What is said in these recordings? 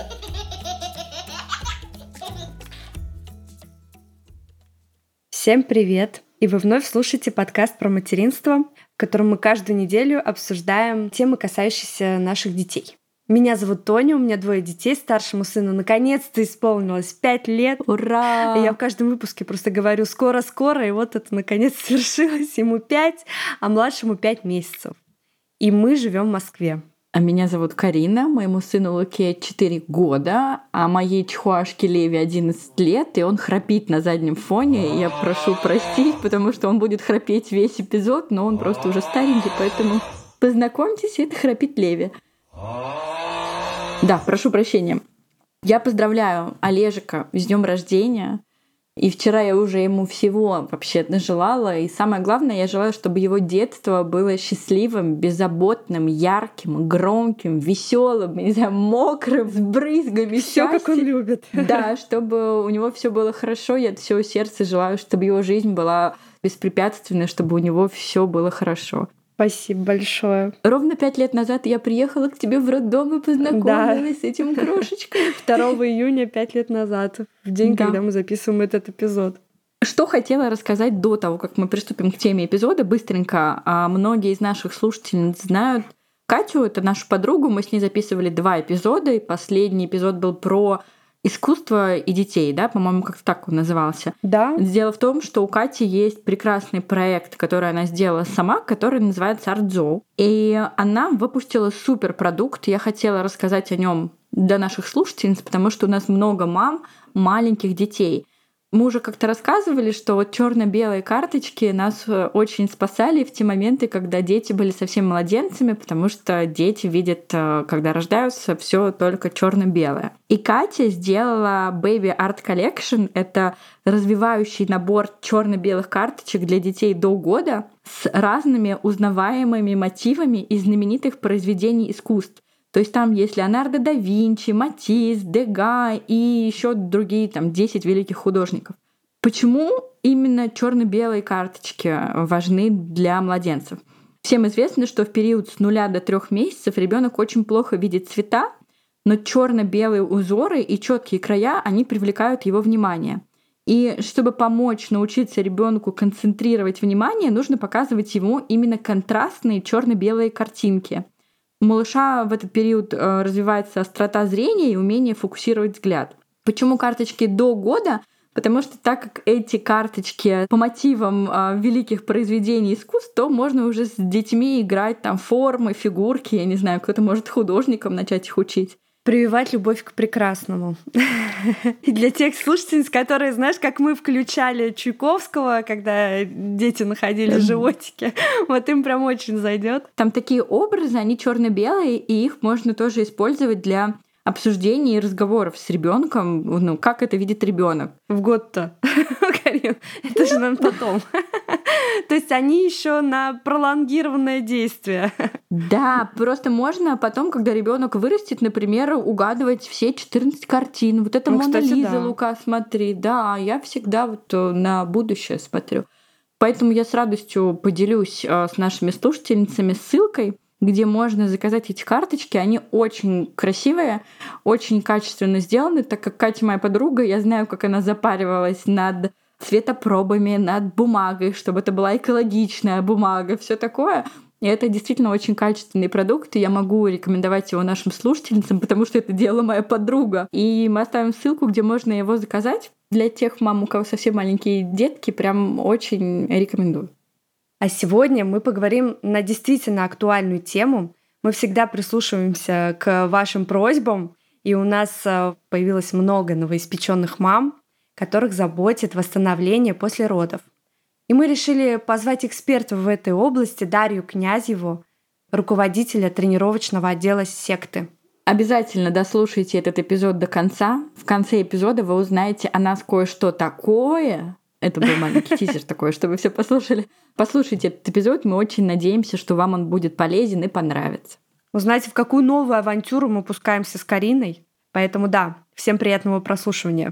Всем привет! И вы вновь слушаете подкаст про материнство, в котором мы каждую неделю обсуждаем темы, касающиеся наших детей. Меня зовут Тоня, у меня 2 детей. Старшему сыну наконец-то исполнилось 5 лет. Ура! Я в каждом выпуске просто говорю «скоро-скоро», и вот это наконец свершилось. Ему 5, а младшему 5 месяцев. И мы живем в Москве. А меня зовут Карина, моему сыну Луке 4 года, а моей чихуашке Леве 11 лет, и он храпит на заднем фоне. И я прошу простить, потому что он будет храпеть весь эпизод, но он просто уже старенький, поэтому познакомьтесь, это храпит Леве. Да, прошу прощения. Я поздравляю Олежика с днем рождения. И вчера я уже ему всего вообще нажелала. И самое главное, я желаю, чтобы его детство было счастливым, беззаботным, ярким, громким, веселым, не знаю, мокрым, с брызгами Все, счастья. как он любит. Да, чтобы у него все было хорошо. Я от всего сердца желаю, чтобы его жизнь была беспрепятственной, чтобы у него все было хорошо. Спасибо большое. Ровно 5 лет назад я приехала к тебе в роддом и познакомилась с этим крошечкой. 2 июня 5 лет назад, в день, Да. когда мы записываем этот эпизод. Что хотела рассказать до того, как мы приступим к теме эпизода, быстренько. Многие из наших слушательниц знают Катю, это нашу подругу. Мы с ней записывали 2 эпизода, и последний эпизод был про искусство и детей, да, по-моему, как-то так он назывался. Да. Дело в том, что у Кати есть прекрасный проект, который она сделала сама, который называется Art-Zoo. И она выпустила суперпродукт. Я хотела рассказать о нем для наших слушательниц, потому что у нас много мам маленьких детей. Мы уже как-то рассказывали, что вот черно-белые карточки нас очень спасали в те моменты, когда дети были совсем младенцами, потому что дети видят, когда рождаются, все только черно-белое. И Катя сделала Baby Art Collection. Это развивающий набор черно-белых карточек для детей до года с разными узнаваемыми мотивами из знаменитых произведений искусств. То есть там есть Леонардо да Винчи, Матисс, Дега и еще другие там 10 великих художников. Почему именно черно-белые карточки важны для младенцев? Всем известно, что в период с 0 до 3 месяцев ребенок очень плохо видит цвета, но черно-белые узоры и четкие края, они привлекают его внимание. И чтобы помочь научиться ребенку концентрировать внимание, нужно показывать ему именно контрастные черно-белые картинки. У малыша в этот период развивается острота зрения и умение фокусировать взгляд. Почему карточки до года? Потому что так как эти карточки по мотивам великих произведений искусств, то можно уже с детьми играть там формы, фигурки, я не знаю, кто-то может художникам начать их учить. Прививать любовь к прекрасному. И для тех слушательниц, которые, знаешь, как мы включали Чайковского, когда дети находили животики, вот им прям очень зайдет. Там такие образы, они черно-белые, и их можно тоже использовать для обсуждений и разговоров с ребенком, ну, как это видит ребенок. В год-то, Карин, это же нам потом. То есть они еще на пролонгированное действие. Да, просто можно потом, когда ребенок вырастет, например, угадывать все 14 картин. Вот это Мона Лиза, Лука, смотри. Да, я всегда вот на будущее смотрю. Поэтому я с радостью поделюсь с нашими слушательницами ссылкой, где можно заказать эти карточки. Они очень красивые, очень качественно сделаны, так как Катя моя подруга, я знаю, как она запаривалась над цветопробами, над бумагой, чтобы это была экологичная бумага, все такое. И это действительно очень качественный продукт, и я могу рекомендовать его нашим слушательницам, потому что это делала моя подруга. И мы оставим ссылку, где можно его заказать. Для тех мам, у кого совсем маленькие детки, прям очень рекомендую. А сегодня мы поговорим на действительно актуальную тему. Мы всегда прислушиваемся к вашим просьбам, и у нас появилось много новоиспеченных мам, которых заботит восстановление после родов. И мы решили позвать эксперта в этой области Дарью Князеву, руководителя тренировочного отдела секты. Обязательно дослушайте этот эпизод до конца. В конце эпизода вы узнаете о нас кое-что такое. Это был маленький тизер такой, чтобы вы все послушали. Послушайте этот эпизод, мы очень надеемся, что вам он будет полезен и понравится. Узнаете, в какую новую авантюру мы пускаемся с Кариной. Поэтому да, всем приятного прослушивания.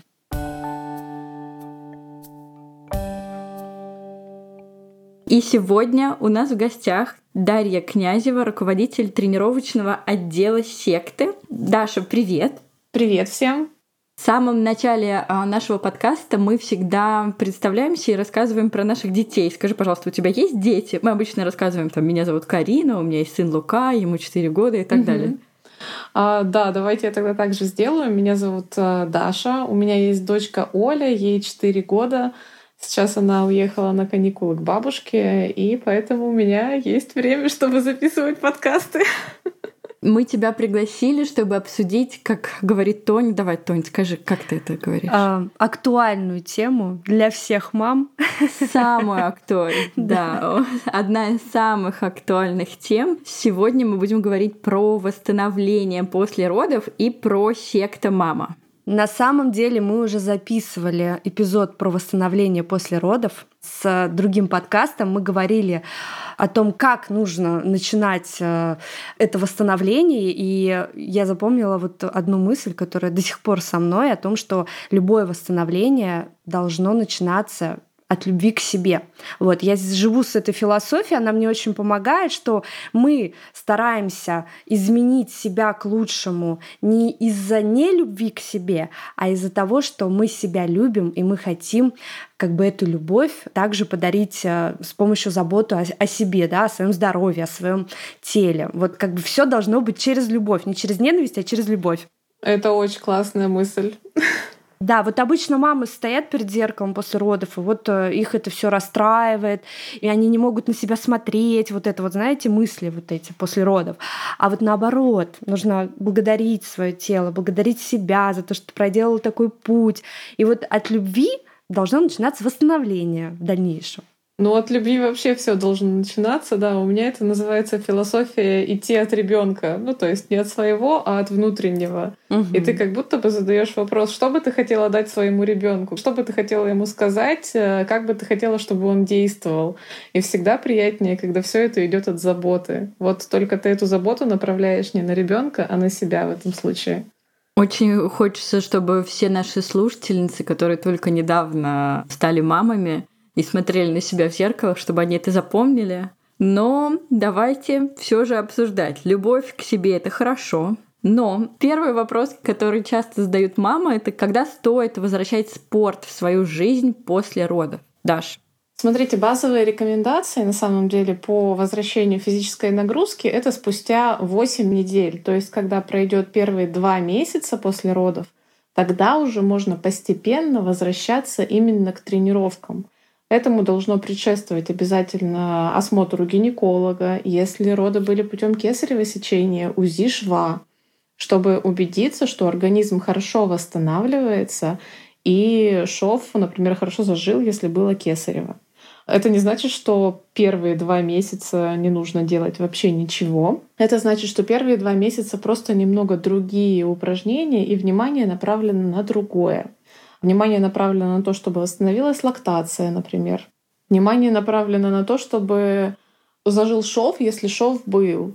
И сегодня у нас в гостях Дарья Князева, руководитель тренировочного отдела секты. Даша, привет! Привет всем! В самом начале нашего подкаста мы всегда представляемся и рассказываем про наших детей. Скажи, пожалуйста, у тебя есть дети? Мы обычно рассказываем, меня зовут Карина, у меня есть сын Лука, ему 4 года и так далее. Да, давайте я тогда так же сделаю. Меня зовут Даша, у меня есть дочка Оля, ей 4 года. Сейчас она уехала на каникулы к бабушке, и поэтому у меня есть время, чтобы записывать подкасты. Мы тебя пригласили, чтобы обсудить, как говорит Тоня. Давай, Тонь, скажи, как ты это говоришь? Актуальную тему для всех мам. Самую актуальную, да. Одна из самых актуальных тем. Сегодня мы будем говорить про восстановление после родов и про секта «Мама». На самом деле мы уже записывали эпизод про восстановление после родов с другим подкастом. Мы говорили о том, как нужно начинать это восстановление. И я запомнила вот одну мысль, которая до сих пор со мной, о том, что любое восстановление должно начинаться от любви к себе. Вот, я живу с этой философией, она мне очень помогает, что мы стараемся изменить себя к лучшему не из-за нелюбви к себе, а из-за того, что мы себя любим, и мы хотим эту любовь также подарить с помощью заботы о себе, да, о своем здоровье, о своем теле. Вот все должно быть через любовь, не через ненависть, а через любовь. Это очень классная мысль. Да, вот обычно мамы стоят перед зеркалом после родов, и вот их это все расстраивает, и они не могут на себя смотреть, знаете, мысли эти после родов. А вот наоборот, нужно благодарить свое тело, благодарить себя за то, что ты проделал такой путь. И вот от любви должно начинаться восстановление в дальнейшем. От любви вообще все должно начинаться, да. У меня это называется философия идти от ребенка, то есть не от своего, а от внутреннего. И ты как будто бы задаешь вопрос, что бы ты хотела дать своему ребенку, что бы ты хотела ему сказать, как бы ты хотела, чтобы он действовал. И всегда приятнее, когда все это идет от заботы. Вот только ты эту заботу направляешь не на ребенка, а на себя в этом случае. Очень хочется, чтобы все наши слушательницы, которые только недавно стали мамами, и смотрели на себя в зеркало, чтобы они это запомнили. Но давайте все же обсуждать. Любовь к себе — это хорошо. Но первый вопрос, который часто задают мамы, это когда стоит возвращать спорт в свою жизнь после родов? Даш. Смотрите, базовые рекомендации на самом деле по возвращению физической нагрузки — это спустя 8 недель. То есть когда пройдет первые 2 месяца после родов, тогда уже можно постепенно возвращаться именно к тренировкам. Этому должно предшествовать обязательно осмотр у гинеколога, если роды были путем кесарево сечения, УЗИ шва, чтобы убедиться, что организм хорошо восстанавливается и шов, например, хорошо зажил, если было кесарево. Это не значит, что первые 2 месяца не нужно делать вообще ничего. Это значит, что первые 2 месяца просто немного другие упражнения и внимание направлено на другое. Внимание направлено на то, чтобы восстановилась лактация, например. Внимание направлено на то, чтобы зажил шов, если шов был.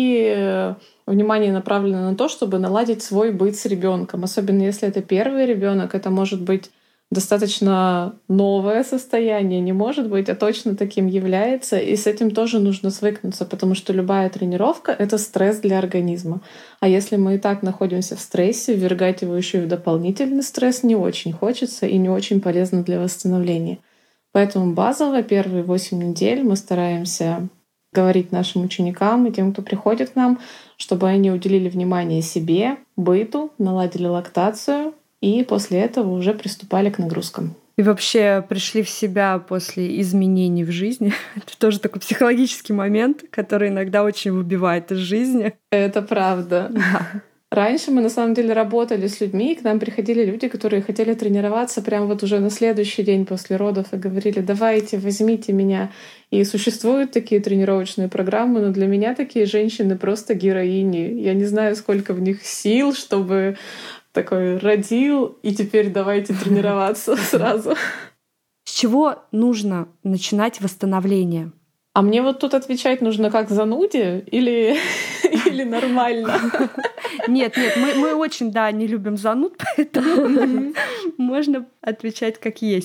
И внимание направлено на то, чтобы наладить свой быт с ребенком. Особенно если это первый ребенок, это может быть достаточно новое состояние, не может быть, а точно таким является. И с этим тоже нужно свыкнуться, потому что любая тренировка — это стресс для организма. А если мы и так находимся в стрессе, ввергать его еще и в дополнительный стресс не очень хочется и не очень полезно для восстановления. Поэтому базово первые 8 недель мы стараемся говорить нашим ученикам и тем, кто приходит к нам, чтобы они уделили внимание себе, быту, наладили лактацию, и после этого уже приступали к нагрузкам. И вообще пришли в себя после изменений в жизни. Это тоже такой психологический момент, который иногда очень выбивает из жизни. Это правда. Да. Раньше мы на самом деле работали с людьми, и к нам приходили люди, которые хотели тренироваться прямо уже на следующий день после родов и говорили: давайте, возьмите меня. И существуют такие тренировочные программы, но для меня такие женщины просто героини. Я не знаю, сколько в них сил, чтобы такой родил, и теперь давайте тренироваться сразу. С чего нужно начинать восстановление? А мне вот тут отвечать нужно как зануде или нормально? Нет, мы очень, не любим зануд, поэтому можно отвечать как есть.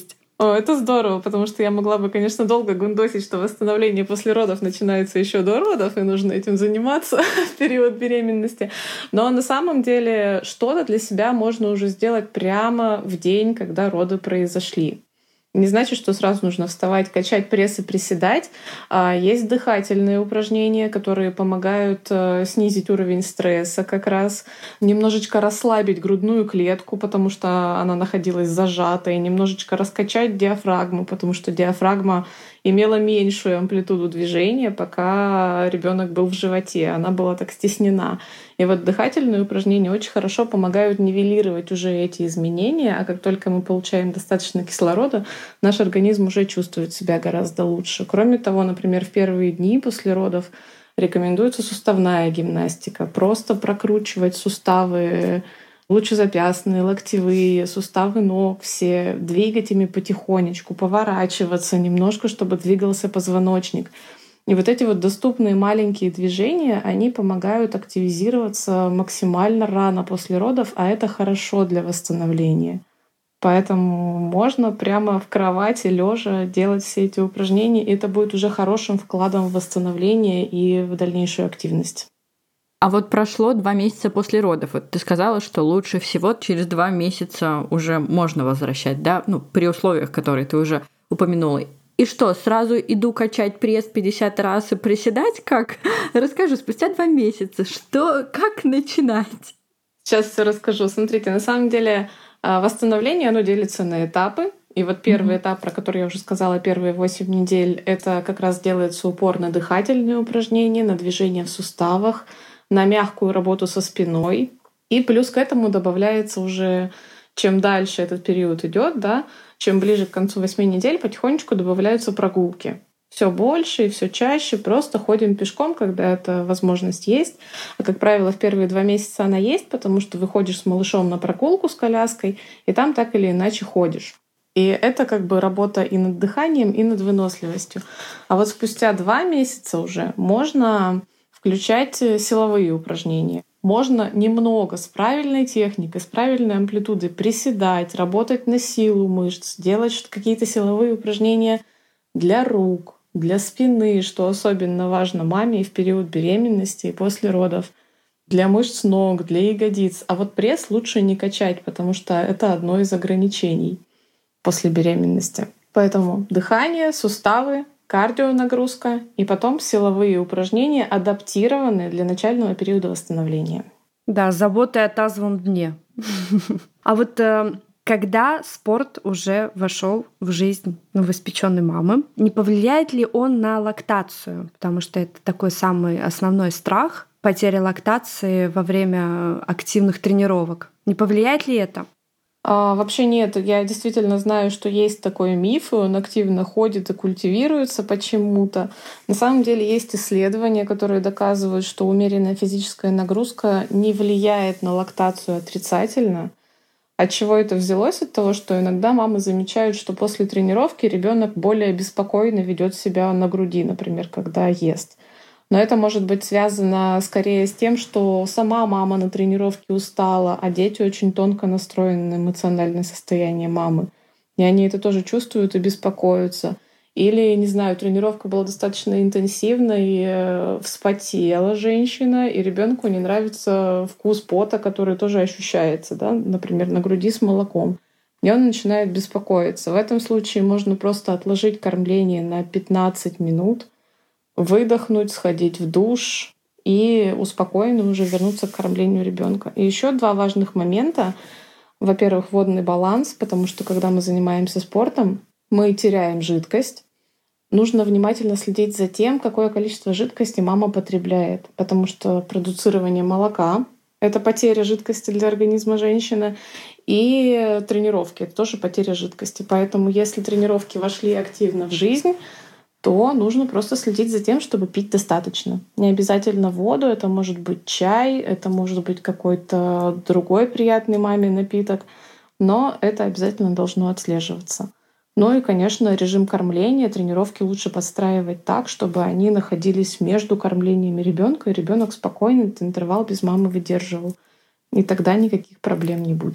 О, это здорово, потому что я могла бы, конечно, долго гундосить, что восстановление после родов начинается еще до родов, и нужно этим заниматься в период беременности. Но на самом деле что-то для себя можно уже сделать прямо в день, когда роды произошли. Не значит, что сразу нужно вставать, качать пресс и приседать. Есть дыхательные упражнения, которые помогают снизить уровень стресса, как раз немножечко расслабить грудную клетку, потому что она находилась зажатой, немножечко раскачать диафрагму, потому что диафрагма имела меньшую амплитуду движения, пока ребенок был в животе, она была так стеснена. И вот дыхательные упражнения очень хорошо помогают нивелировать уже эти изменения, а как только мы получаем достаточно кислорода, наш организм уже чувствует себя гораздо лучше. Кроме того, например, в первые дни после родов рекомендуется суставная гимнастика. Просто прокручивать суставы лучезапястные, локтевые, суставы ног все, двигать ими потихонечку, поворачиваться немножко, чтобы двигался позвоночник. И вот эти вот доступные маленькие движения, они помогают активизироваться максимально рано после родов, а это хорошо для восстановления. Поэтому можно прямо в кровати, лежа делать все эти упражнения, и это будет уже хорошим вкладом в восстановление и в дальнейшую активность. А вот прошло 2 месяца после родов. Вот ты сказала, что лучше всего через 2 месяца уже можно возвращать, да? Ну, при условиях, которые ты уже упомянула. И что, сразу иду качать пресс 50 раз и приседать? Как? Расскажи, спустя 2 месяца, как начинать? Сейчас все расскажу. Смотрите, на самом деле восстановление, оно делится на этапы. И вот первый этап, про который я уже сказала, первые 8 недель, это как раз делается упор на дыхательные упражнения, на движение в суставах, на мягкую работу со спиной. И плюс к этому добавляется уже, чем дальше этот период идет, да, чем ближе к концу 8 недель, потихонечку добавляются прогулки. Все больше и все чаще просто ходим пешком, когда эта возможность есть. А, как правило, в первые 2 месяца она есть, потому что выходишь с малышом на прогулку с коляской, и там так или иначе ходишь. И это как бы работа и над дыханием, и над выносливостью. А вот спустя 2 месяца уже можно включать силовые упражнения. Можно немного с правильной техникой, с правильной амплитудой приседать, работать на силу мышц, делать какие-то силовые упражнения для рук, для спины, что особенно важно маме и в период беременности, и после родов, для мышц ног, для ягодиц. А вот пресс лучше не качать, потому что это одно из ограничений после беременности. Поэтому дыхание, суставы, кардионагрузка и потом силовые упражнения, адаптированные для начального периода восстановления. Да, забота о тазовом дне. А вот когда спорт уже вошел в жизнь новоиспеченной мамы, не повлияет ли он на лактацию? Потому что это такой самый основной страх — потеря лактации во время активных тренировок. Не повлияет ли это? Вообще нет, я действительно знаю, что есть такой миф, и он активно ходит и культивируется почему-то. На самом деле есть исследования, которые доказывают, что умеренная физическая нагрузка не влияет на лактацию отрицательно. От чего это взялось? От того, что иногда мамы замечают, что после тренировки ребенок более беспокойно ведет себя на груди, например, когда ест. Но это может быть связано скорее с тем, что сама мама на тренировке устала, а дети очень тонко настроены на эмоциональное состояние мамы. И они это тоже чувствуют и беспокоятся. Или, не знаю, тренировка была достаточно интенсивной, вспотела женщина, и ребенку не нравится вкус пота, который тоже ощущается, да, например, на груди с молоком. И он начинает беспокоиться. В этом случае можно просто отложить кормление на 15 минут, выдохнуть, сходить в душ и успокоенно уже вернуться к кормлению ребенка. И еще 2 важных момента. Во-первых, водный баланс, потому что когда мы занимаемся спортом, мы теряем жидкость. Нужно внимательно следить за тем, какое количество жидкости мама потребляет, потому что продуцирование молока — это потеря жидкости для организма женщины, и тренировки — это тоже потеря жидкости. Поэтому если тренировки вошли активно в жизнь, то нужно просто следить за тем, чтобы пить достаточно. Не обязательно воду, это может быть чай, это может быть какой-то другой приятный маме напиток, но это обязательно должно отслеживаться. Ну и, конечно, режим кормления, тренировки лучше подстраивать так, чтобы они находились между кормлениями ребенка, и ребенок спокойно этот интервал без мамы выдерживал. И тогда никаких проблем не будет.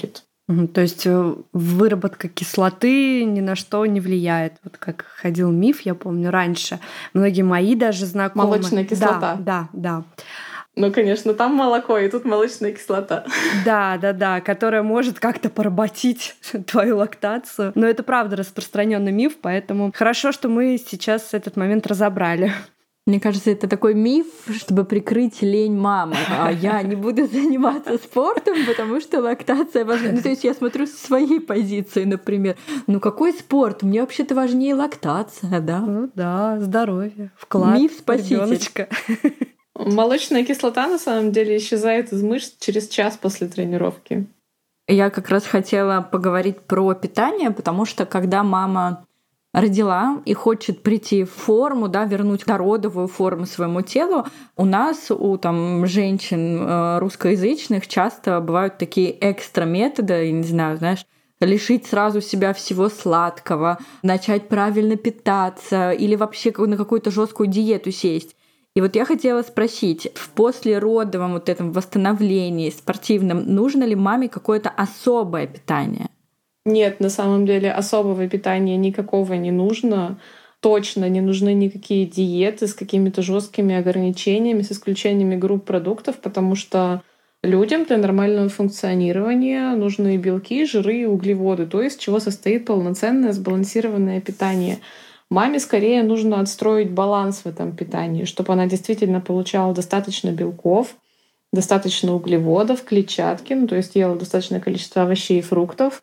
То есть выработка кислоты ни на что не влияет. Вот как ходил миф, я помню, раньше. Многие мои даже знакомые... Молочная кислота. Да. Ну, конечно, там молоко, и тут молочная кислота. Да, которая может как-то поработить твою лактацию. Но это правда распространенный миф, поэтому хорошо, что мы сейчас этот момент разобрали. Мне кажется, это такой миф, чтобы прикрыть лень мамы. А я не буду заниматься спортом, потому что лактация важна. Ну, то есть я смотрю с своей позиции, например. Ну, какой спорт? Мне вообще-то важнее лактация, да? Ну да, здоровье, вклад. Миф-спаситель. Ребёночка. Молочная кислота на самом деле исчезает из мышц через час после тренировки. Я как раз хотела поговорить про питание, потому что когда мама родила и хочет прийти в форму, да, вернуть родовую форму своему телу, у нас, у женщин русскоязычных часто бывают такие экстра методы, я не знаю, знаешь, лишить сразу себя всего сладкого, начать правильно питаться или вообще на какую-то жесткую диету сесть. И вот я хотела спросить, в послеродовом вот этом восстановлении спортивном нужно ли маме какое-то особое питание? Нет, на самом деле особого питания никакого не нужно. Точно не нужны никакие диеты с какими-то жесткими ограничениями, с исключениями групп продуктов, потому что людям для нормального функционирования нужны белки, жиры и углеводы, то есть из чего состоит полноценное сбалансированное питание. Маме скорее нужно отстроить баланс в этом питании, чтобы она действительно получала достаточно белков, достаточно углеводов, клетчатки, то есть ела достаточное количество овощей и фруктов,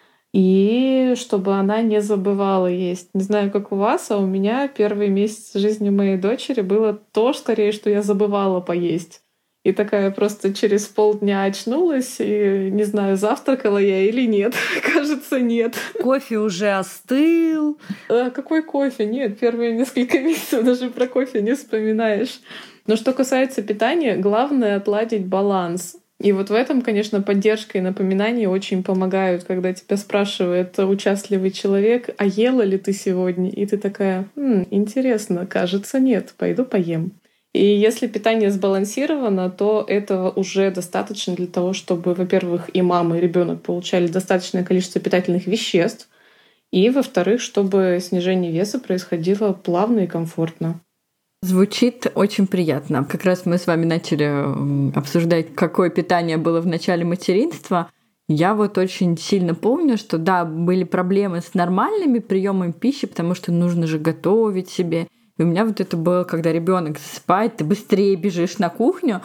и чтобы она не забывала есть. Не знаю, как у вас, а у меня первый месяц жизни моей дочери было то, скорее, что я забывала поесть. И такая просто через полдня очнулась, и не знаю, завтракала я или нет. Кажется, нет. Кофе уже остыл. Какой кофе? Нет, первые несколько месяцев даже про кофе не вспоминаешь. Но что касается питания, главное — отладить баланс. И вот в этом, конечно, поддержка и напоминание очень помогают, когда тебя спрашивает участливый человек: а ела ли ты сегодня? И ты такая: интересно, кажется, нет, пойду поем. И если питание сбалансировано, то этого уже достаточно для того, чтобы, во-первых, и мама, и ребенок получали достаточное количество питательных веществ, и, во-вторых, чтобы снижение веса происходило плавно и комфортно. Звучит очень приятно. Как раз мы с вами начали обсуждать, какое питание было в начале материнства. Я вот очень сильно помню, что да, были проблемы с нормальными приемами пищи, потому что нужно же готовить себе. И у меня вот это было, когда ребенок засыпает, ты быстрее бежишь на кухню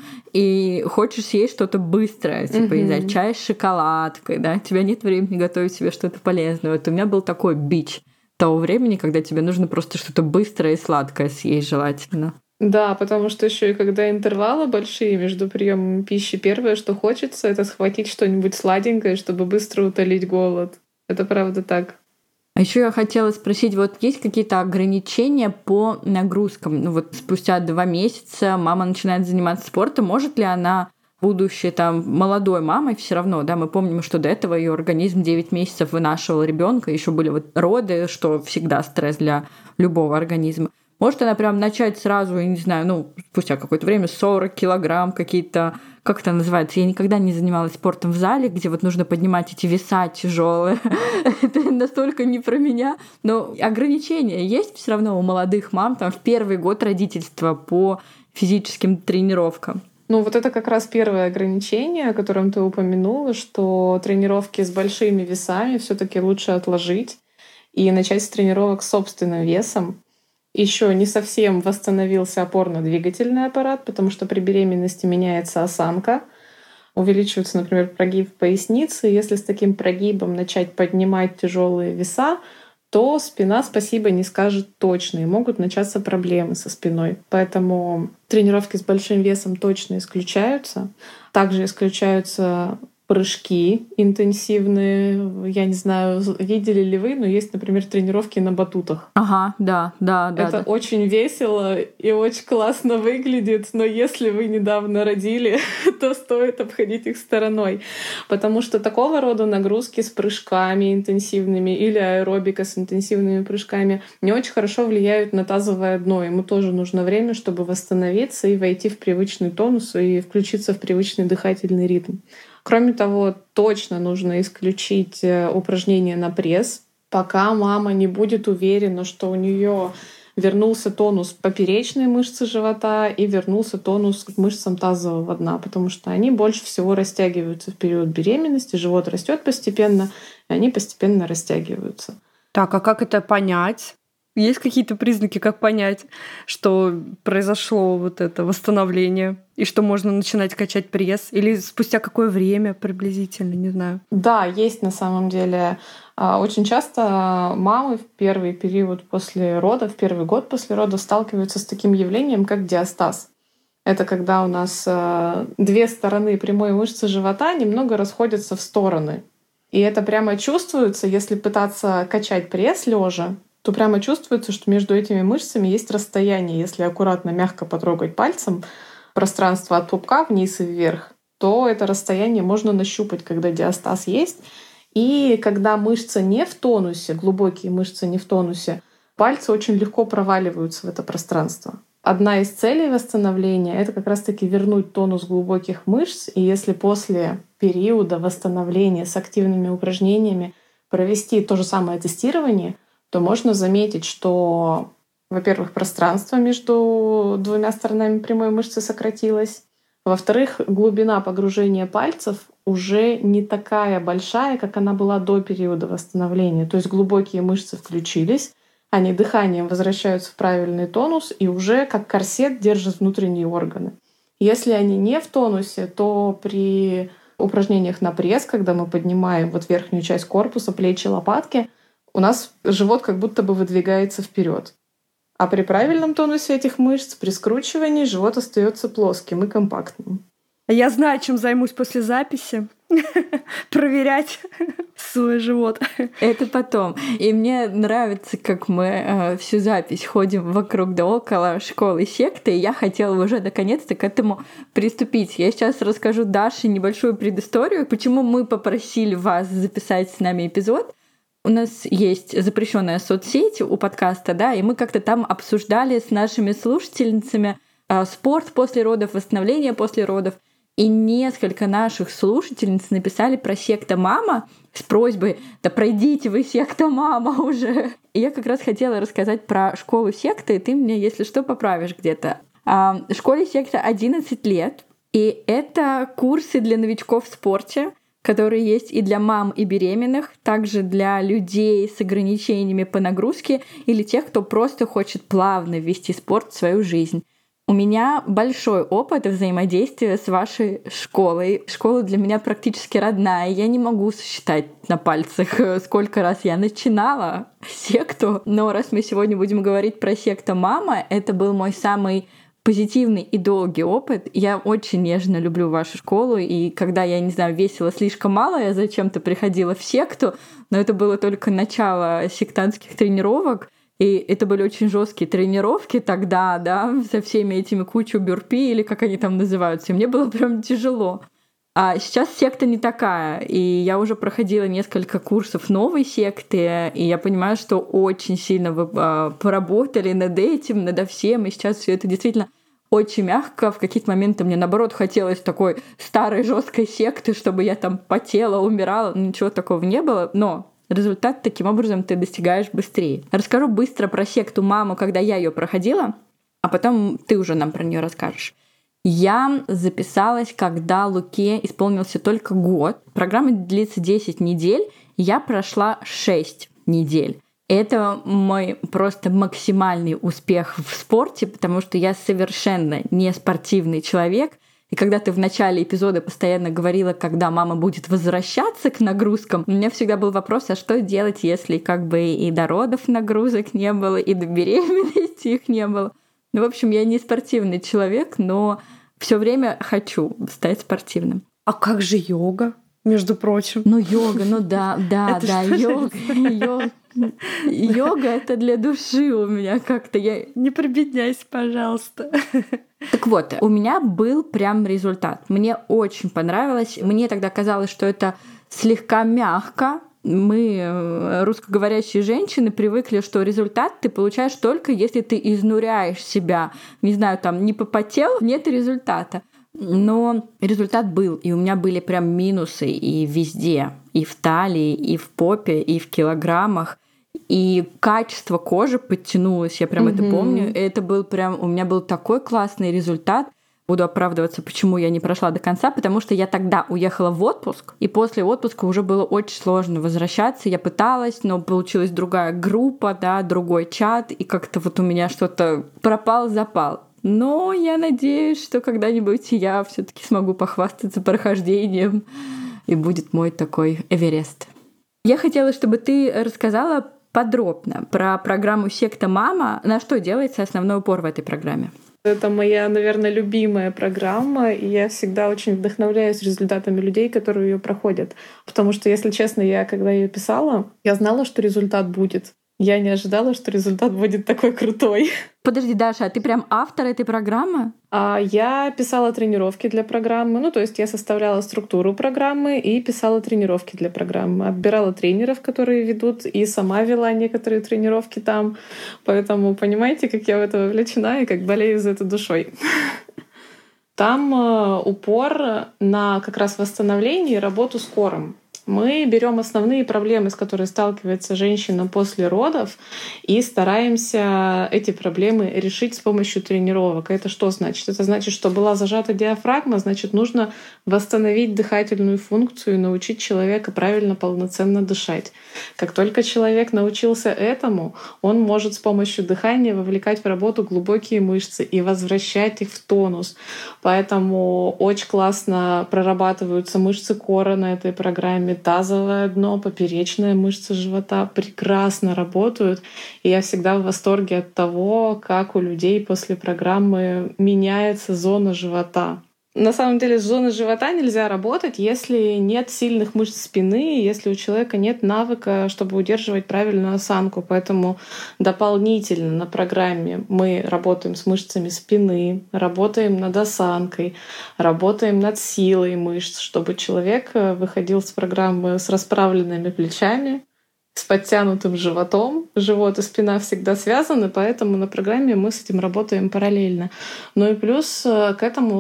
и хочешь съесть что-то быстрое, типа, не знаю, чай с шоколадкой, да, у тебя нет времени готовить себе что-то полезное. Вот у меня был такой бич того времени, когда тебе нужно просто что-то быстрое и сладкое съесть желательно. Да, потому что еще и когда интервалы большие между приемами пищи, первое, что хочется, это схватить что-нибудь сладенькое, чтобы быстро утолить голод. Это правда так. А еще я хотела спросить, вот есть какие-то ограничения по нагрузкам? Ну вот спустя 2 месяца мама начинает заниматься спортом, может ли она, будучи там молодой мамой, все равно, да, мы помним, что до этого ее организм 9 месяцев вынашивал ребенка, еще были вот роды, что всегда стресс для любого организма. Может она прям начать сразу, я не знаю, спустя какое-то время 40 килограмм какие-то, как это называется? Я никогда не занималась спортом в зале, где вот нужно поднимать эти веса тяжелые. Это настолько не про меня. Но ограничения есть все равно у молодых мам там в первый год родительства по физическим тренировкам. Вот это как раз первое ограничение, о котором ты упомянула, что тренировки с большими весами все-таки лучше отложить и начать с тренировок с собственным весом. Еще не совсем восстановился опорно-двигательный аппарат, потому что при беременности меняется осанка, увеличивается, например, прогиб поясницы. Если с таким прогибом начать поднимать тяжелые веса, то спина спасибо не скажет точно, и могут начаться проблемы со спиной. Поэтому тренировки с большим весом точно исключаются. Также исключаются прыжки интенсивные. Я не знаю, видели ли вы, но есть, например, тренировки на батутах. Ага, да. Это очень весело и очень классно выглядит, но если вы недавно родили, то стоит обходить их стороной. Потому что такого рода нагрузки с прыжками интенсивными или аэробика с интенсивными прыжками не очень хорошо влияют на тазовое дно. Ему тоже нужно время, чтобы восстановиться и войти в привычный тонус и включиться в привычный дыхательный ритм. Кроме того, точно нужно исключить упражнения на пресс, пока мама не будет уверена, что у нее вернулся тонус поперечной мышцы живота и вернулся тонус к мышцам тазового дна, потому что они больше всего растягиваются в период беременности, живот растет постепенно, и они постепенно растягиваются. Так, а как это понять? Есть какие-то признаки, как понять, что произошло вот это восстановление, и что можно начинать качать пресс? Или спустя какое время приблизительно, не знаю? Да, есть на самом деле. Очень часто мамы в первый период после родов, в первый год после родов сталкиваются с таким явлением, как диастаз. Это когда у нас две стороны прямой мышцы живота немного расходятся в стороны. И это прямо чувствуется, если пытаться качать пресс лежа, то прямо чувствуется, что между этими мышцами есть расстояние. Если аккуратно, мягко потрогать пальцем пространство от пупка вниз и вверх, то это расстояние можно нащупать, когда диастаз есть. И когда мышца не в тонусе, глубокие мышцы не в тонусе, пальцы очень легко проваливаются в это пространство. Одна из целей восстановления — это как раз-таки вернуть тонус глубоких мышц. И если после периода восстановления с активными упражнениями провести то же самое тестирование, то можно заметить, что, во-первых, пространство между двумя сторонами прямой мышцы сократилось. Во-вторых, глубина погружения пальцев уже не такая большая, как она была до периода восстановления. То есть глубокие мышцы включились, они дыханием возвращаются в правильный тонус и уже как корсет держат внутренние органы. Если они не в тонусе, то при упражнениях на пресс, когда мы поднимаем вот верхнюю часть корпуса, плечи, лопатки, у нас живот как будто бы выдвигается вперед. А при правильном тонусе этих мышц, при скручивании, живот остается плоским и компактным. Я знаю, чем займусь после записи. Проверять свой живот. Это потом. И мне нравится, как мы всю запись ходим вокруг да около школы секты, и я хотела уже наконец-то к этому приступить. Я сейчас расскажу Даше небольшую предысторию, почему мы попросили вас записать с нами эпизод. У нас есть запрещенная соцсеть у подкаста, да, и мы как-то там обсуждали с нашими слушательницами спорт после родов, восстановление после родов. И несколько наших слушательниц написали про секта «Мама» с просьбой: «Да пройдите вы секта «Мама» уже». И я как раз хотела рассказать про школу секты, и ты мне, если что, поправишь где-то. Школе секта 11 лет, и это курсы для новичков в спорте, которые есть и для мам, и беременных, также для людей с ограничениями по нагрузке или тех, кто просто хочет плавно ввести спорт в свою жизнь. У меня большой опыт взаимодействия с вашей школой. Школа для меня практически родная. Я не могу сосчитать на пальцах, сколько раз я начинала секту. Но раз мы сегодня будем говорить про секту «Мама», это был мой самый позитивный и долгий опыт. Я очень нежно люблю вашу школу, и когда я, не знаю, весила слишком мало, я зачем-то приходила в секту, но это было только начало сектантских тренировок, и это были очень жесткие тренировки тогда, да, со всеми этими кучу бюрпи, или как они там называются, и мне было прям тяжело. А сейчас секта не такая, и я уже проходила несколько курсов новой секты, и я понимаю, что очень сильно вы поработали над этим, над всем, и сейчас все это действительно очень мягко. В какие-то моменты мне, наоборот, хотелось такой старой жесткой секты, чтобы я там потела, умирала, ничего такого не было, но результат таким образом ты достигаешь быстрее. Расскажу быстро про секту «Маму», когда я ее проходила, а потом ты уже нам про нее расскажешь. Я записалась, когда Луке исполнился только год. Программа длится 10 недель, я прошла 6 недель. Это мой просто максимальный успех в спорте, потому что я совершенно не спортивный человек. И когда ты в начале эпизода постоянно говорила, когда мама будет возвращаться к нагрузкам, у меня всегда был вопрос, а что делать, если как бы и до родов нагрузок не было, и до беременности их не было. Ну, в общем, я не спортивный человек, но все время хочу стать спортивным. А как же йога, между прочим? Ну, йога, ну да, йога. Йога — это для души у меня как-то. Не прибедняйся, пожалуйста. Так вот, у меня был прям результат. Мне очень понравилось. Мне тогда казалось, что это слегка мягко. Мы, русскоговорящие женщины, привыкли, что результат ты получаешь только если ты изнуряешь себя. Не знаю, там не попотел, нет результата. Но результат был, и у меня были прям минусы и везде, и в талии, и в попе, и в килограммах. И качество кожи подтянулось, я прям это помню. Это был прям, у меня был такой классный результат. Буду оправдываться, почему я не прошла до конца, потому что я тогда уехала в отпуск, и после отпуска уже было очень сложно возвращаться. Я пыталась, но получилась другая группа, да, другой чат, и как-то вот у меня что-то пропал-запал. Но я надеюсь, что когда-нибудь я все-таки смогу похвастаться прохождением, и будет мой такой Эверест. Я хотела, чтобы ты рассказала подробно про программу «Секта Мама», на что делается основной упор в этой программе. Это моя, наверное, любимая программа, и я всегда очень вдохновляюсь результатами людей, которые ее проходят. Потому что, если честно, я, когда ее писала, я знала, что результат будет. Я не ожидала, что результат будет такой крутой. Подожди, Даша, а ты прям автор этой программы? Я писала тренировки для программы. Ну, то есть я составляла структуру программы и писала тренировки для программы. Отбирала тренеров, которые ведут, и сама вела некоторые тренировки там. Поэтому понимаете, как я в это вовлечена и как болею за это душой. Там упор на как раз восстановление и работу с кором. Мы берем основные проблемы, с которыми сталкивается женщина после родов, и стараемся эти проблемы решить с помощью тренировок. Это что значит? Это значит, что была зажата диафрагма, значит, нужно восстановить дыхательную функцию и научить человека правильно, полноценно дышать. Как только человек научился этому, он может с помощью дыхания вовлекать в работу глубокие мышцы и возвращать их в тонус. Поэтому очень классно прорабатываются мышцы кора на этой программе. Тазовое дно, поперечная мышца живота прекрасно работают. И я всегда в восторге от того, как у людей после программы меняется зона живота. На самом деле с зоной живота нельзя работать, если нет сильных мышц спины, если у человека нет навыка, чтобы удерживать правильную осанку. Поэтому дополнительно на программе мы работаем с мышцами спины, работаем над осанкой, работаем над силой мышц, чтобы человек выходил с программы с расправленными плечами, с подтянутым животом. Живот и спина всегда связаны, поэтому на программе мы с этим работаем параллельно. Ну и плюс к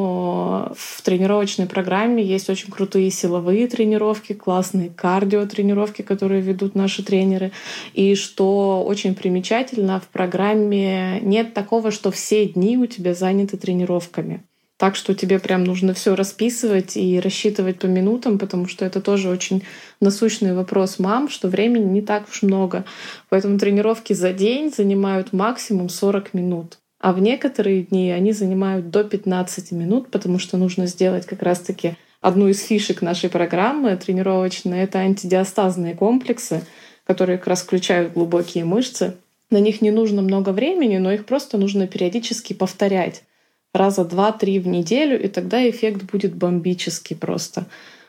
этому в тренировочной программе есть очень крутые силовые тренировки, классные кардиотренировки, которые ведут наши тренеры. И что очень примечательно, в программе нет такого, что все дни у тебя заняты тренировками. Так что тебе прям нужно все расписывать и рассчитывать по минутам, потому что это тоже очень насущный вопрос мам, что времени не так уж много. Поэтому тренировки за день занимают максимум 40 минут. А в некоторые дни они занимают до 15 минут, потому что нужно сделать как раз-таки одну из фишек нашей программы тренировочной. Это антидиастазные комплексы, которые как раз включают глубокие мышцы. На них не нужно много времени, но их просто нужно периодически повторять. Раза 2-3 в неделю, и тогда эффект будет бомбический просто.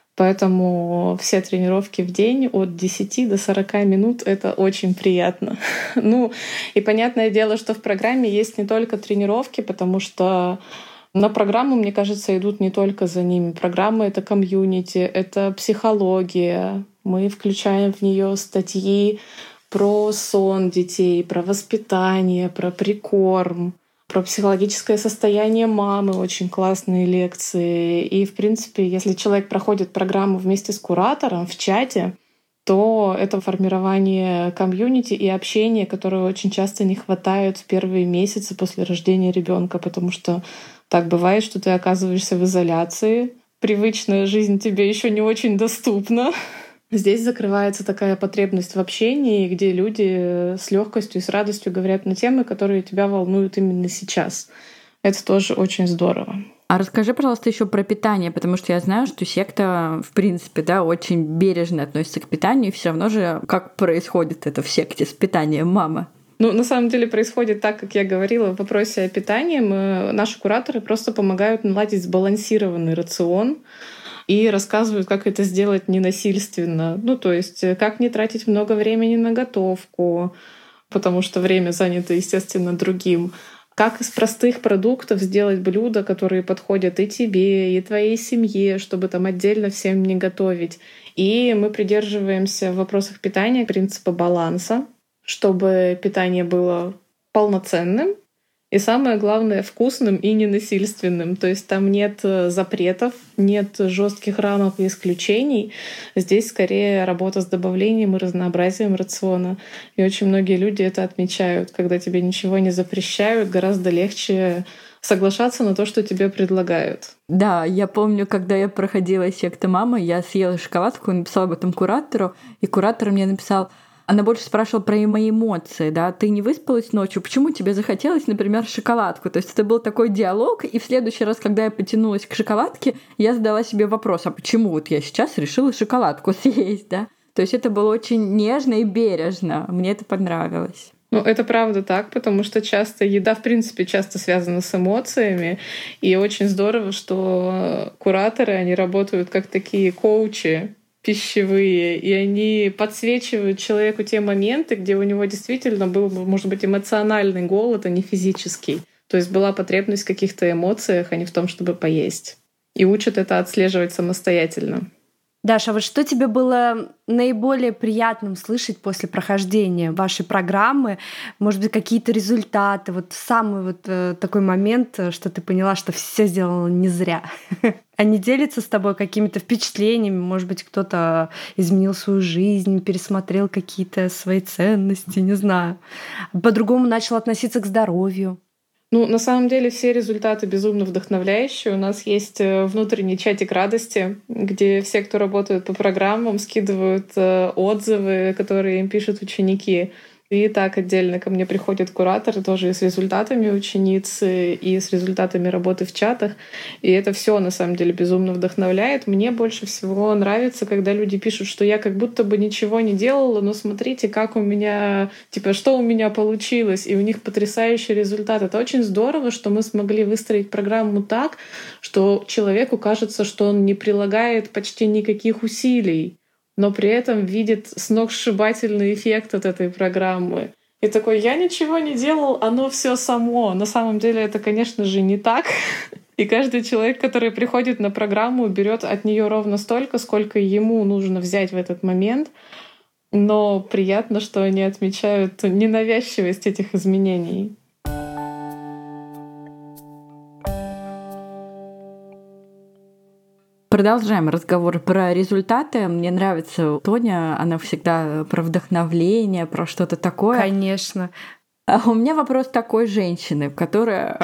Поэтому все тренировки в день от 10 до 40 минут — это очень приятно. Ну, и понятное дело, что в программе есть не только тренировки, потому что на программу, мне кажется, идут не только за ними. Программа — это комьюнити, это психология. Мы включаем в нее статьи про сон детей, про воспитание, про прикорм, про психологическое состояние мамы, очень классные лекции. И, в принципе, если человек проходит программу вместе с куратором в чате, то это формирование комьюнити и общение, которого очень часто не хватает в первые месяцы после рождения ребенка, потому что так бывает, что ты оказываешься в изоляции, привычная жизнь тебе еще не очень доступна. Здесь закрывается такая потребность в общении, где люди с легкостью и с радостью говорят на темы, которые тебя волнуют именно сейчас. Это тоже очень здорово. А расскажи, пожалуйста, еще про питание, потому что я знаю, что секта, в принципе, да, очень бережно относится к питанию, и все равно же как происходит это в секте с питанием мамы? Ну, на самом деле происходит так, как я говорила в вопросе о питании. Наши кураторы просто помогают наладить сбалансированный рацион и рассказывают, как это сделать ненасильственно. Ну, то есть как не тратить много времени на готовку, потому что время занято, естественно, другим. Как из простых продуктов сделать блюда, которые подходят и тебе, и твоей семье, чтобы там отдельно всем не готовить. И мы придерживаемся в вопросах питания принципа баланса, чтобы питание было полноценным И самое главное, вкусным и ненасильственным. То есть там нет запретов, нет жестких рамок и исключений. Здесь скорее работа с добавлением и разнообразием рациона. И очень многие люди это отмечают. Когда тебе ничего не запрещают, гораздо легче соглашаться на то, что тебе предлагают. Да, я помню, когда я проходила секту мамы, я съела шоколадку, написала об этом куратору, и куратор мне написал: она больше спрашивала про мои эмоции, да, ты не выспалась ночью, почему тебе захотелось, например, шоколадку? То есть это был такой диалог, и в следующий раз, когда я потянулась к шоколадке, я задала себе вопрос: а почему вот я сейчас решила шоколадку съесть, да? То есть это было очень нежно и бережно, мне это понравилось. Ну, это правда так, потому что часто еда, в принципе, часто связана с эмоциями, и очень здорово, что кураторы, они работают как такие коучи пищевые, и они подсвечивают человеку те моменты, где у него действительно был, может быть, эмоциональный голод, а не физический. То есть была потребность в каких-то эмоциях, а не в том, чтобы поесть. И учат это отслеживать самостоятельно. Даша, а вот что тебе было наиболее приятным слышать после прохождения вашей программы? Может быть, какие-то результаты? Вот самый вот такой момент, что ты поняла, что все сделано не зря. Они делятся с тобой какими-то впечатлениями? Может быть, кто-то изменил свою жизнь, пересмотрел какие-то свои ценности, не знаю. По-другому начал относиться к здоровью. Ну, на самом деле все результаты безумно вдохновляющие. У нас есть внутренний чатик радости, где все, кто работает по программам, скидывают отзывы, которые им пишут ученики. И так отдельно ко мне приходит куратор тоже и с результатами учениц, и с результатами работы в чатах. И это все на самом деле безумно вдохновляет. Мне больше всего нравится, когда люди пишут, что я как будто бы ничего не делала, но смотрите, как у меня, типа, что у меня получилось, и у них потрясающий результат. Это очень здорово, что мы смогли выстроить программу так, что человеку кажется, что он не прилагает почти никаких усилий, но при этом видит сногсшибательный эффект от этой программы. И такой: я ничего не делал, оно все само. На самом деле это, конечно же, не так. И каждый человек, который приходит на программу, берет от нее ровно столько, сколько ему нужно взять в этот момент. Но приятно, что они отмечают ненавязчивость этих изменений. Продолжаем разговор про результаты. Мне нравится Тоня, она всегда про вдохновление, про что-то такое. Конечно. А у меня вопрос такой женщины, которая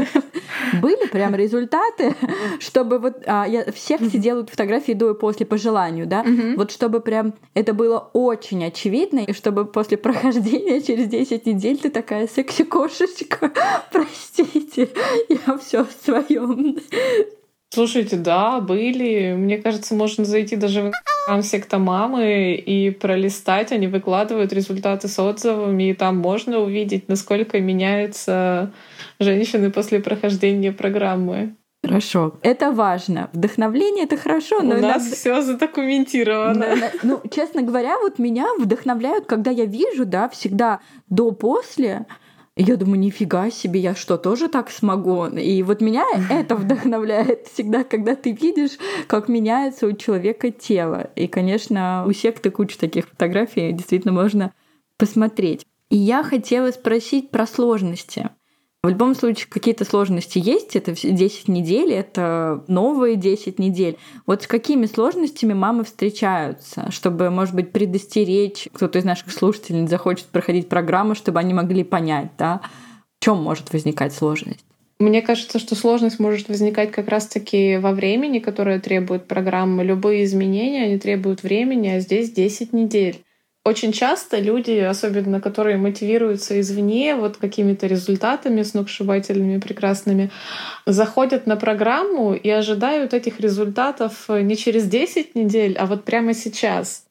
были прям результаты, чтобы вот все делают фотографии до и после по желанию, да, вот чтобы прям это было очень очевидно, и чтобы после прохождения через 10 недель ты такая: секси-кошечка, простите, я все в своем. Слушайте, да, были. Мне кажется, можно зайти даже в Инстаграм секта мамы и пролистать. Они выкладывают результаты с отзывами, и там можно увидеть, насколько меняются женщины после прохождения программы. Хорошо, это важно. Вдохновление — это хорошо, но у нас все задокументировано. Ну, честно говоря, вот меня вдохновляют, когда я вижу, да, всегда до-после. И я думаю: нифига себе, я что, тоже так смогу? И вот меня это вдохновляет всегда, когда ты видишь, как меняется у человека тело. И, конечно, у секты куча таких фотографий, действительно можно посмотреть. И я хотела спросить про сложности. В любом случае, какие-то сложности есть. Это 10 недель, это новые 10 недель. Вот с какими сложностями мамы встречаются, чтобы, может быть, предостеречь, кто-то из наших слушателей захочет проходить программу, чтобы они могли понять, да, в чем может возникать сложность? Мне кажется, что сложность может возникать как раз-таки во времени, которое требует программы. Любые изменения, они требуют времени, а здесь 10 недель. Очень часто люди, особенно которые мотивируются извне вот какими-то результатами сногсшибательными, прекрасными, заходят на программу и ожидают этих результатов не через 10 недель, а вот прямо сейчас.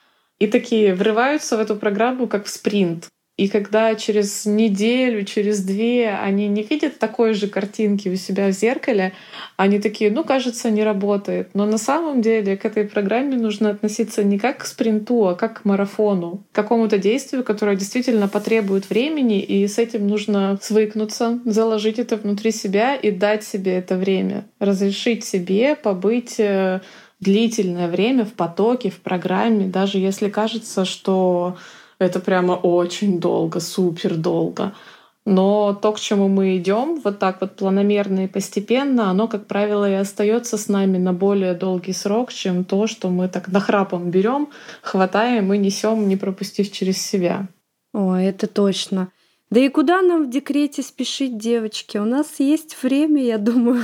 И такие врываются в эту программу как в спринт. И когда через неделю, через 2 они не видят такой же картинки у себя в зеркале, они такие: ну, кажется, не работает. Но на самом деле к этой программе нужно относиться не как к спринту, а как к марафону, к какому-то действию, которое действительно потребует времени, и с этим нужно свыкнуться, заложить это внутри себя и дать себе это время, разрешить себе побыть длительное время в потоке, в программе, даже если кажется, что это прямо очень долго, супер долго. Но то, к чему мы идем, вот так вот планомерно и постепенно, оно, как правило, и остается с нами на более долгий срок, чем то, что мы так нахрапом берем, хватаем и несем, не пропустив через себя. Ой, это точно. Да и куда нам в декрете спешить, девочки? У нас есть время, я думаю,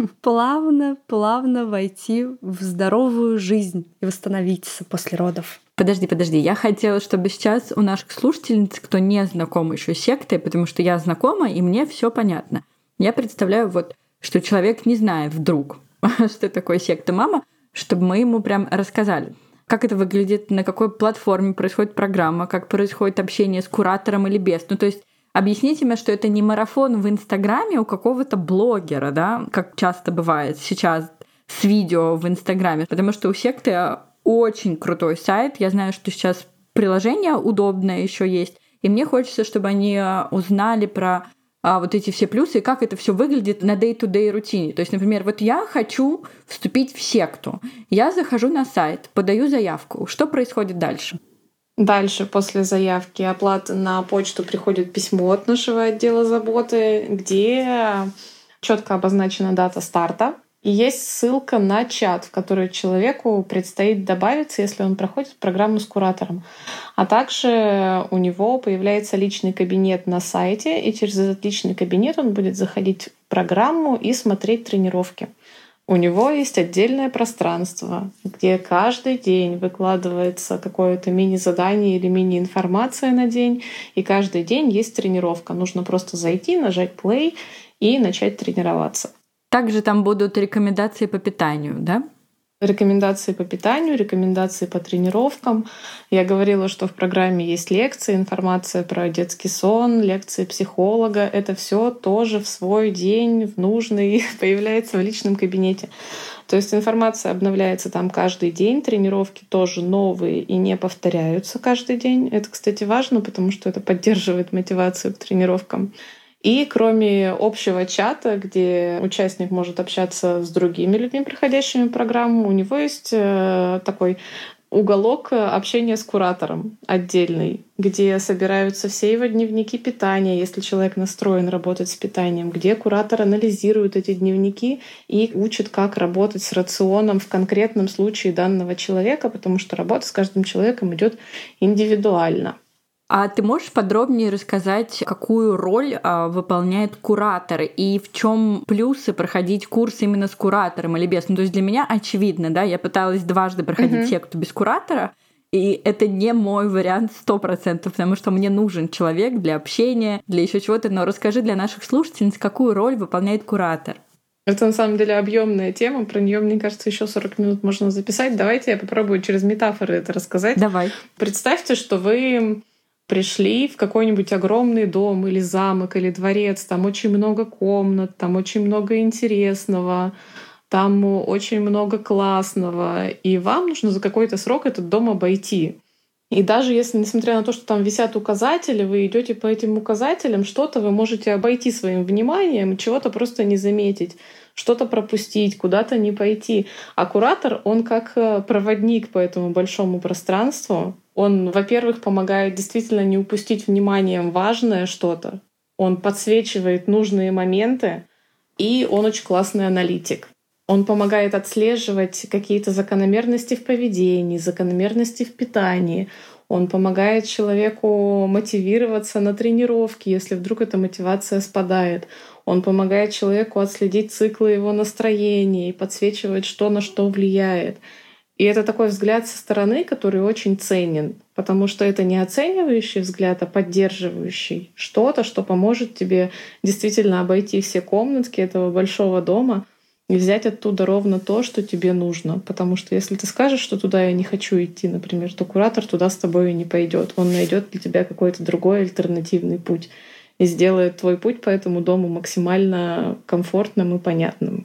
плавно войти в здоровую жизнь и восстановиться после родов. Подожди. Я хотела, чтобы сейчас у наших слушательниц, кто не знаком еще с сектой, потому что я знакома, и мне все понятно. Я представляю, вот, что человек не знает вдруг, что такое секта мама, чтобы мы ему прям рассказали, как это выглядит, на какой платформе происходит программа, как происходит общение с куратором или без. Ну, то есть объясните мне, что это не марафон в Инстаграме у какого-то блогера, да, как часто бывает сейчас с видео в Инстаграме, потому что у секты очень крутой сайт. Я знаю, что сейчас приложение удобное еще есть, и мне хочется, чтобы они узнали про вот эти все плюсы и как это все выглядит на day-to-day рутине. То есть, например, вот я хочу вступить в секту. Я захожу на сайт, подаю заявку. Что происходит дальше? Дальше, после заявки оплаты на почту, приходит письмо от нашего отдела заботы, где четко обозначена дата старта. И есть ссылка на чат, в который человеку предстоит добавиться, если он проходит программу с куратором. А также у него появляется личный кабинет на сайте, и через этот личный кабинет он будет заходить в программу и смотреть тренировки. У него есть отдельное пространство, где каждый день выкладывается какое-то мини-задание или мини-информация на день, и каждый день есть тренировка. Нужно просто зайти, нажать play и начать тренироваться. Также там будут рекомендации по питанию, да? Рекомендации по питанию, рекомендации по тренировкам. Я говорила, что в программе есть лекции, информация про детский сон, лекции психолога. Это все тоже в свой день, в нужный, появляется в личном кабинете. То есть информация обновляется там каждый день, тренировки тоже новые и не повторяются каждый день. Это, кстати, важно, потому что это поддерживает мотивацию к тренировкам. И кроме общего чата, где участник может общаться с другими людьми, проходящими программу, у него есть такой уголок общения с куратором отдельный, где собираются все его дневники питания, если человек настроен работать с питанием, где куратор анализирует эти дневники и учит, как работать с рационом в конкретном случае данного человека, потому что работа с каждым человеком идет индивидуально. А ты можешь подробнее рассказать, какую роль выполняет куратор и в чем плюсы проходить курс именно с куратором или без? Ну, то есть для меня очевидно, да, я пыталась дважды проходить секту без куратора, и это не мой вариант 100%, потому что мне нужен человек для общения, для еще чего-то. Но расскажи для наших слушательниц, какую роль выполняет куратор. Это на самом деле объемная тема, про нее, мне кажется, еще 40 минут можно записать. Давайте я попробую через метафоры это рассказать. Давай. Представьте, что вы пришли в какой-нибудь огромный дом или замок или дворец, там очень много комнат, там очень много интересного, там очень много классного, и вам нужно за какой-то срок этот дом обойти. И даже если, несмотря на то, что там висят указатели, вы идете по этим указателям, что-то вы можете обойти своим вниманием, чего-то просто не заметить, что-то пропустить, куда-то не пойти. А куратор, он как проводник по этому большому пространству. Он, во-первых, помогает действительно не упустить вниманием важное что-то. Он подсвечивает нужные моменты, и он очень классный аналитик. Он помогает отслеживать какие-то закономерности в поведении, закономерности в питании. Он помогает человеку мотивироваться на тренировке, если вдруг эта мотивация спадает. Он помогает человеку отследить циклы его настроения и подсвечивает, что на что влияет. И это такой взгляд со стороны, который очень ценен, потому что это не оценивающий взгляд, а поддерживающий. Что-то, что поможет тебе действительно обойти все комнатки этого большого дома и взять оттуда ровно то, что тебе нужно. Потому что если ты скажешь, что туда я не хочу идти, например, то куратор туда с тобой и не пойдет. Он найдет для тебя какой-то другой альтернативный путь и сделает твой путь по этому дому максимально комфортным и понятным.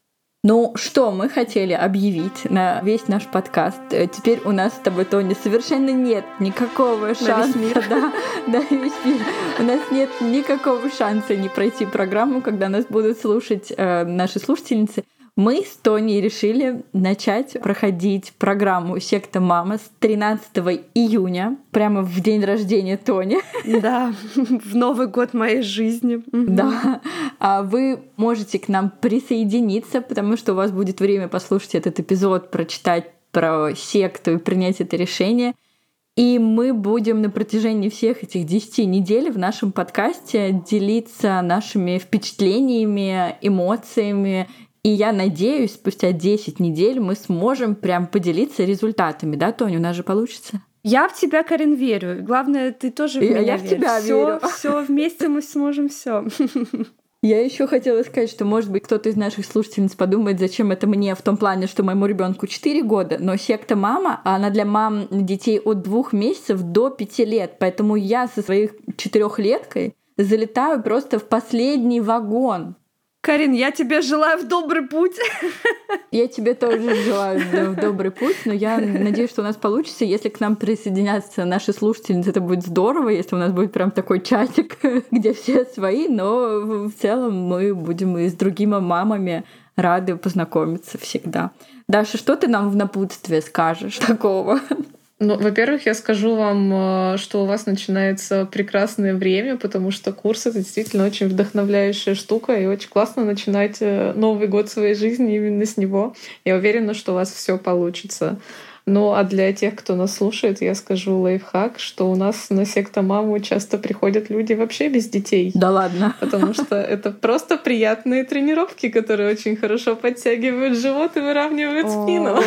Ну что, мы хотели объявить на весь наш подкаст. Теперь у нас с тобой, Тоня, совершенно нет никакого шанса. Да, весь мир. У нас нет никакого шанса не пройти программу, когда нас будут слушать наши слушательницы. Мы с Тоней решили начать проходить программу «Секта Мама» с 13 июня, прямо в день рождения Тони. Да, в Новый год моей жизни. Да. А вы можете к нам присоединиться, потому что у вас будет время послушать этот эпизод, прочитать про секту и принять это решение. И мы будем на протяжении всех этих 10 недель в нашем подкасте делиться нашими впечатлениями, эмоциями. И я надеюсь, спустя 10 недель мы сможем прям поделиться результатами. Да, Тоня, у нас же получится? Я в тебя, Карин, верю. Главное, ты тоже в меня веришь. Я в тебя верю. Все вместе мы сможем все. Я еще хотела сказать, что, может быть, кто-то из наших слушательниц подумает, зачем это мне, в том плане, что моему ребенку 4 года, но секта «Мама», она для мам детей от 2 месяцев до 5 лет. Поэтому я со своей 4-леткой залетаю просто в последний вагон. Карин, я тебе желаю в добрый путь. Я тебе тоже желаю в добрый путь, но я надеюсь, что у нас получится. Если к нам присоединятся наши слушательницы, это будет здорово, если у нас будет прям такой чатик, где все свои, но в целом мы будем и с другими мамами рады познакомиться всегда. Даша, что ты нам в напутствие скажешь такого? Ну, во-первых, я скажу вам, что у вас начинается прекрасное время, потому что курс — это действительно очень вдохновляющая штука, и очень классно начинать Новый год своей жизни именно с него. Я уверена, что у вас все получится. Ну а для тех, кто нас слушает, я скажу лайфхак, что у нас на секта Маму часто приходят люди вообще без детей. Да ладно. Потому что это просто приятные тренировки, которые очень хорошо подтягивают живот и выравнивают спину.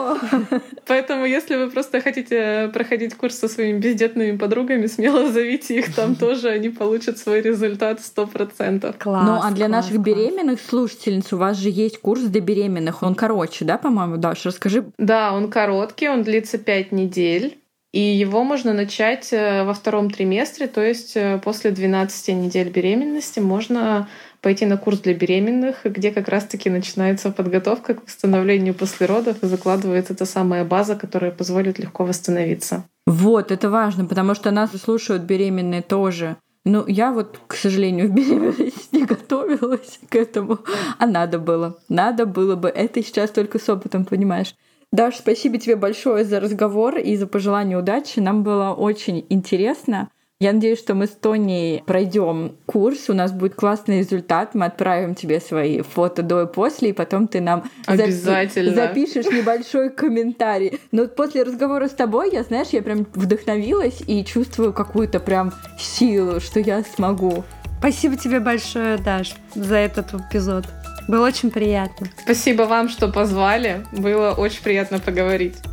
Поэтому если вы просто хотите проходить курс со своими бездетными подругами, смело зовите их, там тоже они получат свой результат 100%. Класс. Ну а для наших беременных слушательниц у вас же есть курс для беременных. Он короче, да, по-моему, Даша? Расскажи. Да, он короткий. Он длится 5 недель, и его можно начать во 2-м триместре, то есть после 12 недель беременности можно пойти на курс для беременных, где как раз-таки начинается подготовка к восстановлению после родов и закладывается та самая база, которая позволит легко восстановиться. Вот, это важно, потому что нас слушают беременные тоже. Ну, я вот, к сожалению, в беременность не готовилась к этому, а надо было. Надо было бы. Это сейчас только с опытом, понимаешь. Даш, спасибо тебе большое за разговор и за пожелание удачи. Нам было очень интересно. Я надеюсь, что мы с Тоней пройдем курс, у нас будет классный результат, мы отправим тебе свои фото до и после, и потом ты нам запишешь небольшой комментарий. Но после разговора с тобой, я прям вдохновилась и чувствую какую-то прям силу, что я смогу. Спасибо тебе большое, Даш, за этот эпизод. Было очень приятно. Спасибо вам, что позвали. Было очень приятно поговорить.